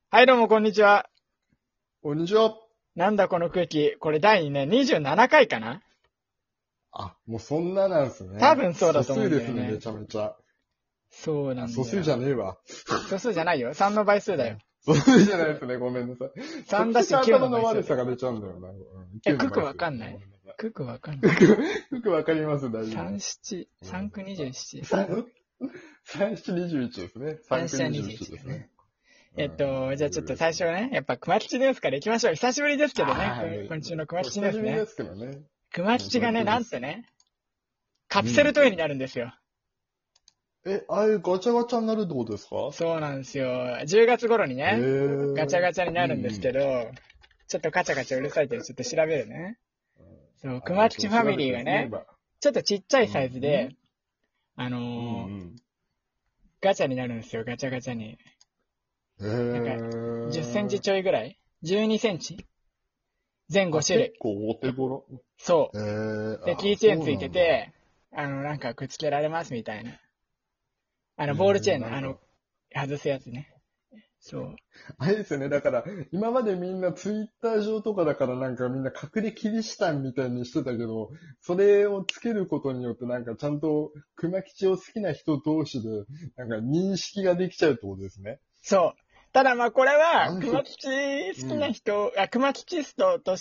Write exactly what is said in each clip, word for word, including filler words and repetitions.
はい、どうも、こんにちは。 こんにちは。 なんだこの空気。これ第ね、にじゅうななかいかな。 あ、もうそんななんすね。 多分そうだと思うんだよね素数ですね、めちゃめちゃ。あ、 そうなんだよ。 素数じゃねえわ。 素数じゃないよ。さんの倍数だよ。 素数じゃないですね、ごめんなさい。 さんだしそっちきゅうの頭の倍数だよ。 悪さが出ちゃうんだよな。うん、 え、 きゅうの倍数九九わかんないごめなさ九九わかんない。 よくわかります、大丈夫。 さん、七、さん、九、にじゅうなな。 さん、しち、にじゅういちですね。さん、く、にじゅういちですね。 えっと、じゃあちょっと最初ね、やっぱ熊吉ニュースから行きましょう。久しぶりですけどはね。 い今週の熊吉ニュースね久しぶりで。すけどね。 熊吉がね、なんとね、カプセルトイになるんですよ。 え、あれガチャガチャになるってことですか？ そうなんですよ。じゅうがつ頃にね、 ーガチャガチャになるんですけど、ちょっとカチャカチャうるさいけど、ちょっと調べるね。そう、熊吉ファミリーがね、ちょっとちっちゃいサイズで、あのー、ガチャになるんですよ、ガチャガチャに。 へなんか、じゅっセンチー。 ちょいぐらい ?じゅうにセンチ全ご種類結。構お手頃。 そへー。 う。で、キーチェーンついてて、あの、なんかくっつけられますみたいな。あの、ボールチェーンの、あの、外すやつね。そう。 あれですよね。だから、今までみんなツイッター上とかだからなんかみんな隠れキリシタンみたいにしてたけど、それをつけることによってなんかちゃんと熊吉を好きな人同士で、なんか認識ができちゃうってことですね。 そう。ただまあこれは、 なんで熊吉好きな人、うん、あ熊吉ストとして、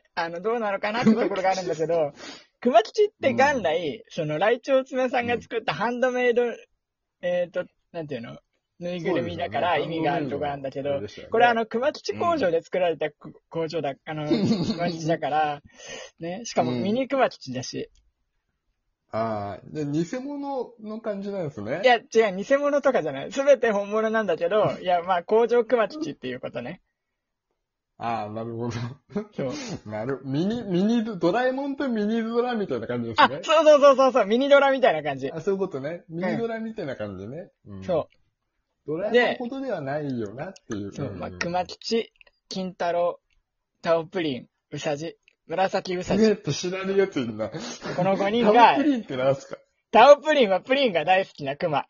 あの、どうなのかなってところがあるんだけど、熊吉って元来、うん、その、ライチョウツメさんが作ったハンドメイド、うん、えっと、なんていうのぬいぐるみだから意味があるとこなんだけど、ね、これあの、熊吉工場で作られた工場だ、あの、熊吉だから、ね、しかもミニ熊吉だし。 うん、ああ、で、偽物の感じなんですね。 いや、違う、偽物とかじゃない。すべて本物なんだけど、いや、まあ、工場熊吉っていうことね。 ああ、なるほど。 そう。 なる、ミニ、ミニ、ドラえもんとミニドラみたいな感じですね。 あ、そうそうそうそうそう、ミニドラみたいな感じ。 あ、そういうことね。ミニドラみたいな感じね。 うんうん、そう。 ドラえもんほどではないよなっていう。 そう、まあ、熊吉、金太郎、タオプリン、ウサジ、紫ウサジ。 えっと知らねえやついるな。 このごにんが、 タオプリンって何すか？ タオプリンはプリンが大好きな熊。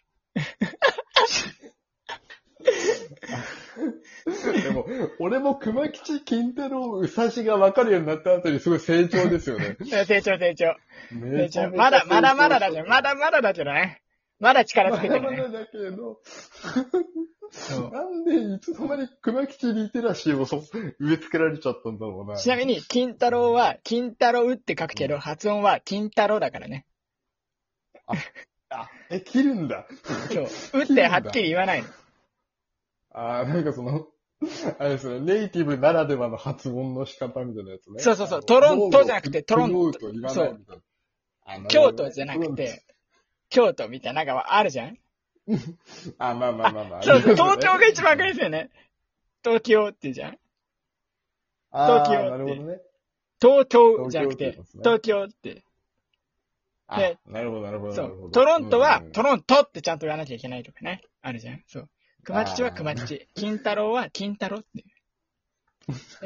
でも、俺も熊吉、金太郎、うさじが分かるようになったあたりすごい成長ですよね。 成長成長。 めちゃめちゃまだ、まだまだだじゃん。まだまだだけどね。まだ力つけてるね。 まだまだだけど。なんで、いつの間に熊吉リテラシーをそ植え付けられちゃったんだろうな。 ちなみに、金太郎は、金太郎って書くけど、うん、発音は金太郎だからね。 あ、あ、え、切るんだ。 そう。うってはっきり言わないの。 ああ、なんかその、あれですね、ネイティブならではの発音の仕方みたいなやつね。 そうそうそう、トロントじゃなくてトロント。 そう。 京都じゃなくて、京都みたいな、なんかあるじゃんあ、まあまあまあまあ。 そうそう、東京が一番わかりやすいよね。東京って言うじゃん東京って。 なるほどね。 東京じゃなくて、東京って。 あ、なるほどなるほど。 そう。トロントは、トロントってちゃんと言わなきゃいけないとかね。あるじゃんそう。熊吉は熊吉。金太郎は金太郎っていう。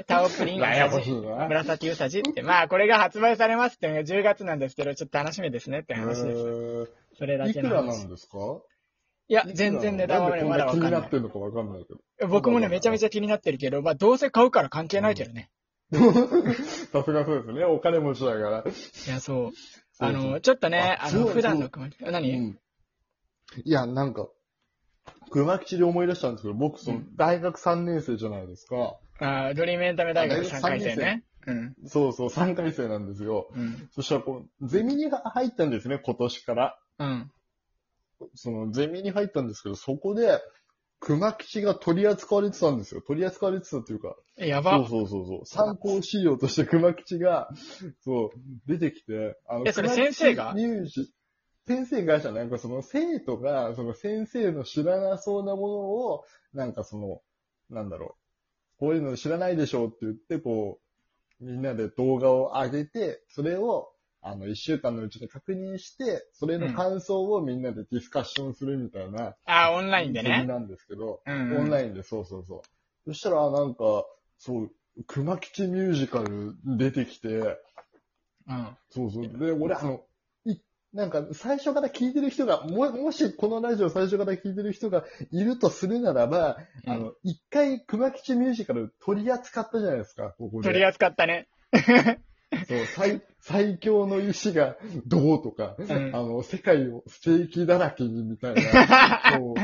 タオプリン、紫ウサジって。まあ、これが発売されますっていうのがじゅうがつなんですけど、ちょっと楽しみですねって話です。それだけの話。 いくらなんですか？ いや、全然値段はね、まだわかんない。 気になってるのかわかんないけど。 僕もね、めちゃめちゃ気になってるけど、まあ、どうせ買うから関係ないけどね。 さすがそうですね。お金持ちだから。 いや、そう。あの、ちょっとね、あの、普段の熊吉、何？ いや、なんか、熊吉で思い出したんですけど、僕、その、大学さんねん生じゃないですか。 ああ、ドリームエンタメ大学さんかい生ね。うん。 そうそう、さんかい生なんですよ。うん。そしたら、こう、ゼミに入ったんですね、今年から。うん。その、ゼミに入ったんですけど、そこで、熊吉が取り扱われてたんですよ。取り扱われてたっていうか。 やば。 そうそうそうそう。参考資料として熊吉が、そう、出てきて、 あの、え、それ先生が先生がじゃなんかその生徒が、その先生の知らなそうなものを、なんかその、なんだろう、こういうの知らないでしょうって言って、こう、みんなで動画を上げて、それを、あの、一週間のうちで確認して、それの感想をみんなでディスカッションするみたいな。うん、 あ、オンラインでね。 なんですけど、 うんうん、 オンラインで、そうそうそう。そしたら、なんか、そう、熊吉ミュージカル出てきて、うん。そうそう。で、俺、あの、い、 なんか最初から聞いてる人が、も、もしこのラジオ最初から聞いてる人がいるとするならば、 うん、 あの、一回熊吉ミュージカル取り扱ったじゃないですか、ここで。 取り扱ったね。 そう、最、最強の石がどうとか、 うん、 あの、世界をステーキだらけにみたいな、そう、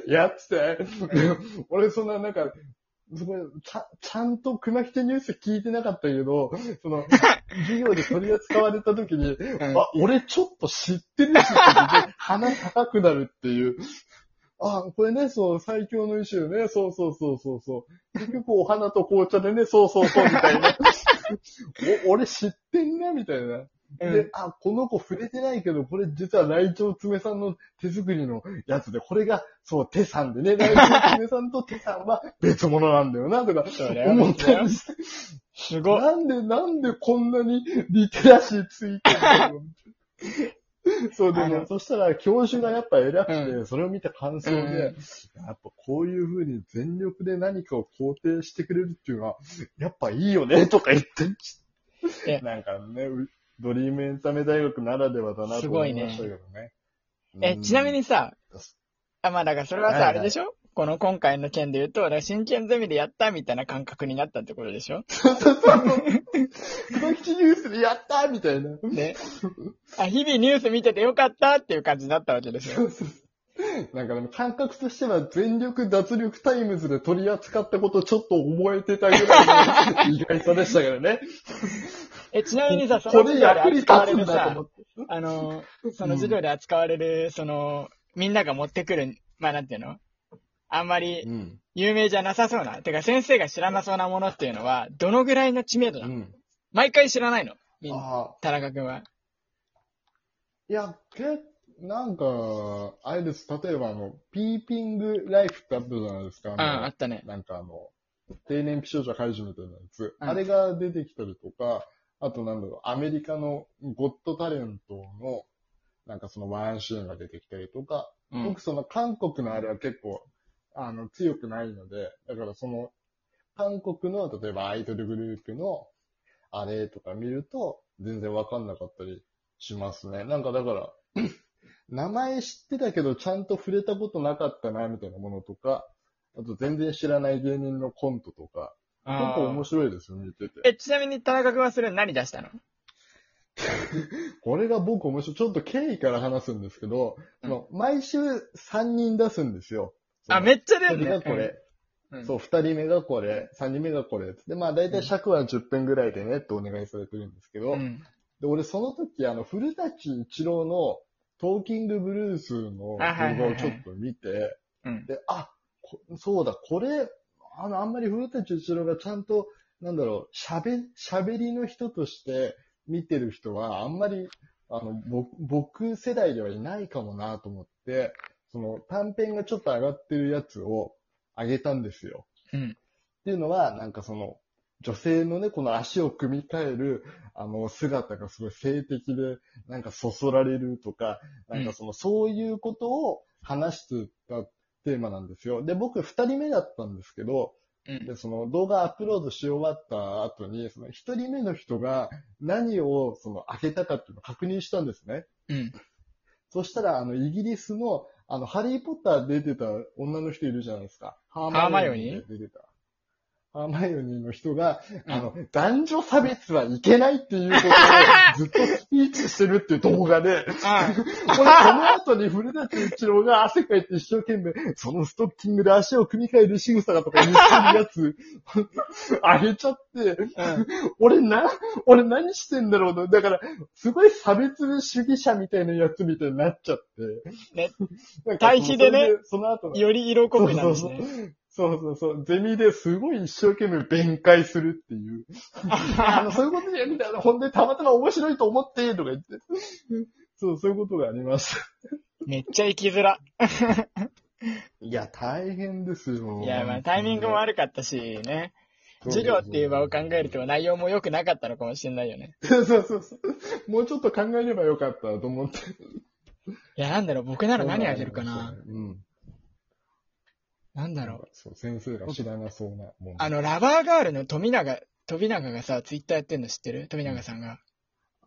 やってて、俺そんななんか、すごい、ちゃ、ちゃんと熊吉ニュース聞いてなかったけど、その、授業で取り扱われた時に、 うん、 あ、俺ちょっと知ってるしって言って、鼻高くなるっていう。あ、これね、そう、最強の石よね。そうそうそうそうそう。結局お花と紅茶でね、そうそうそう、みたいな。お俺知ってんな、みたいな。 うん、 で、あ、この子触れてないけど、これ実はライチョウツメさんの手作りのやつで、これが、そう、手さんでね、ライチョウツメさんと手さんは別物なんだよな、とかそうだよ思ったりして。 すごい。 なんで、なんでこんなにリテラシーついてるんだろう。そう、でも、そしたら教授がやっぱ偉くて、 うそれを見た感想で、 うんやっぱこういう風に全力で何かを肯定してくれるっていうのは、やっぱいいよね、とか言ってえ。 なんかね、ドリームエンタメ大学ならではだなと思いましたけどね。 え、ちなみにさ、あ、まあだからそれはさ、 はいはいあれでしょこの今回の件で言うと、だから真剣ゼミでやったみたいな感覚になったってことでしょそうそうそう。熊吉ニュースでやったみたいな。 ね。あ、日々ニュース見ててよかったっていう感じになったわけですよ。 そうそうなんかでも感覚としては全力脱力タイムズで取り扱ったことちょっと覚えてたぐらいの意外さでしたけどね。 え、ちなみにさ、そのこれ授業で役に立扱われるつんだとさ思って。、 あの、その授業で扱われる、その、みんなが持ってくる、まあなんていうのあんまりうん。 有名じゃなさそうな、てか先生が知らなそうなものっていうのは、どのぐらいの知名度なの、 うん。 毎回知らないのみんな、 ああ。 田中くんは。 いや、け、なんか、あれです。例えばあの、ピーピングライフってあったじゃないですか。あうん、 のあったね。 なんかあの、定年期少女怪獣みたいなやつ。 うんあれが出てきたりとか、あとなんだろう、アメリカのゴッドタレントの、なんかそのワンシーンが出てきたりとか、 うん僕その韓国のあれは結構、あの、強くないので、だからその、韓国の、例えばアイドルグループの、あれとか見ると、全然わかんなかったりしますね。なんかだから、名前知ってたけど、ちゃんと触れたことなかったな、みたいなものとか、あと全然知らない芸人のコントとか、結構面白いですよ、見てて。 え、ちなみに田中くんはそれ何出したのこれが僕面白い。ちょっと経緯から話すんですけど、 うんその毎週さんにん出すんですよ。 あ、めっちゃ出一るね。 人がこれ。 うん。 そう、二人目がこれ、三人目がこれ。で、まあ大体尺はじゅっぷんぐらいでねってお願いされてるんですけど、 うん。 で、俺その時、あの、古舘一郎のトーキングブルースの動あはいはいはい画をちょっと見て、 うん。 で、あ、こそうだ、これ、あの、あんまり古舘一郎がちゃんと、なんだろう、喋、喋りの人として見てる人は、あんまり、あの、ぼ僕世代ではいないかもなと思って、その短編がちょっと上がってるやつを上げたんですよ。 うん。 っていうのは、なんかその、女性のね、この足を組み替える、あの、姿がすごい性的で、なんかそそられるとか、なんかその、そういうことを話してたテーマなんですよ。で、僕二人目だったんですけど、 うん。 で、その動画アップロードし終わった後に、その一人目の人が何をその開けたかっていうのを確認したんですね。 うん。 そしたら、あの、イギリスの、あの、ハリーポッター出てた女の人いるじゃないですか。ハーマイオニーで出てた。ハーマイオニーの人が、 うんあの、男女差別はいけないっていうことをずっとスピーチしてるっていう動画で、 あこれ、この後に古舘一郎が汗かいて一生懸命、そのストッキングで足を組み替える仕草がとか言ってるやつ、あげちゃって、 うん。 俺な、俺何してんだろうな。だから、すごい差別主義者みたいなやつみたいになっちゃって。 ね。 なんか対比でね、 その後のより色濃くなるしそうそうね。 そうそうそう。ゼミですごい一生懸命弁解するっていう。あの、そういうことじゃみたいな。ほんで、たまたま面白いと思って、とか言って。そう、そういうことがありました。 めっちゃ生きづら。 いや、大変ですよ。 いや、まあタイミングも悪かったしね。授業っていう場を考えると内容も良くなかったのかもしれないよね。 そうそうそうそう。もうちょっと考えればよかったと思って。 いや、なんだろう、僕なら何あげるかな。 うん。 なんだろう。 そう、先生が知らなそうなもん。 あの、ラバーガールの富永、富永がさ、ツイッターやってんの知ってる富永さんが。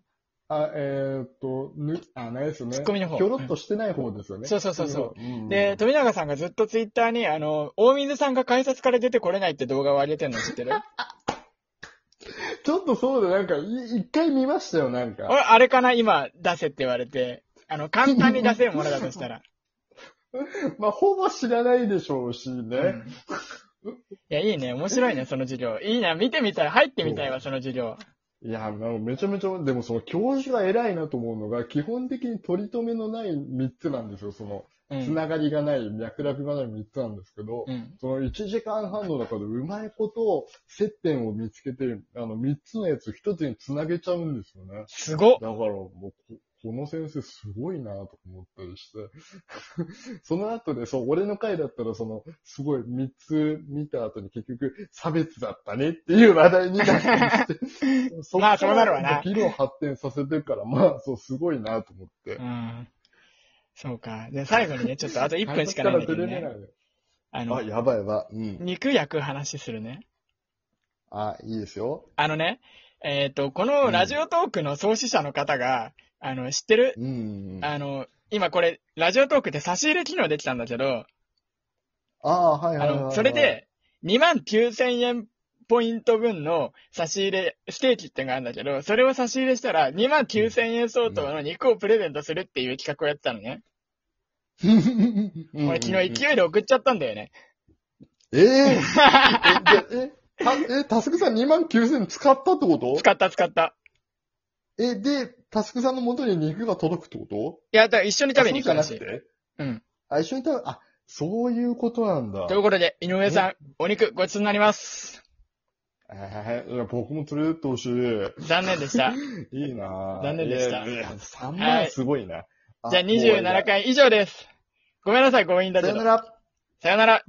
あ、えー、っと、ぬ、あ、ないですよね。 ツッコミの方ひょろっとしてない方ですよね。 そうそうそうそう。 うん、 で、富永さんがずっとツイッターに、あの、大水さんが改札から出てこれないって動画を上げてるの知ってる？ ちょっとそうだ、なんか、い一回見ましたよ、なんか。 俺、あれかな今出せって言われて。あの、簡単に出せるものだとしたら。 まあ、ほぼ知らないでしょうしね。 うん、いや、いいね。面白いね、その授業。いいな、見てみたい。入ってみたいわ、その授業。 いや、めちゃめちゃ、でもその教授が偉いなと思うのが、基本的に取り留めのないみっつなんですよ。その、つながりがない、脈絡がないみっつなんですけど、うん、そのいちじかんはんの中でうまいこと接点を見つけて、あのみっつのやつひとつにつなげちゃうんですよね。 すごっ。 だからもうこの先生すごいなと思ったりして。その後で、そう、俺の回だったら、その、すごいみっつ見た後に結局、差別だったねっていう話題になったりして。 まあ、そうなるわな。 議論発展させてるから、まあ、そう、すごいなと思って。 うん。そうか。で、最後にね、ちょっとあといっぷんしかないんだけどね。 あの、あ、やばいやばい。うん。 肉焼く話するね。 あ、いいですよ。 あのね、えっと、このラジオトークの創始者の方が、あの、知ってる？ うん。 あの、今これ、ラジオトークって差し入れ機能できたんだけど、 ああ、はいはいはい、はい。 あの、それで、にまんきゅうせんえんポイント分の差し入れ、ステーキってのがあるんだけど、それを差し入れしたら、にまんきゅうせんえん相当の肉をプレゼントするっていう企画をやってたのね。俺昨日勢いで送っちゃったんだよね。 ええー、え、え、た、え、タスクさんにまんきゅうせん使ったってこと？ 使った使った。 え、で、タスクさんの元に肉が届くってこと？ いや、だから一緒に食べに行く話。 そうじゃなくて？ うん。 あ、一緒に食べ、あ、そういうことなんだ。 ということで、井上さん、お肉ごちそうになります。 えー、僕も連れてってほしい。 残念でした。 いいなぁ。 残念でした。 いや、さんまんすごいな。 はい、じゃあにじゅうななかい以上です。ごめんなさい、強引だけど。 さよなら。 さよなら。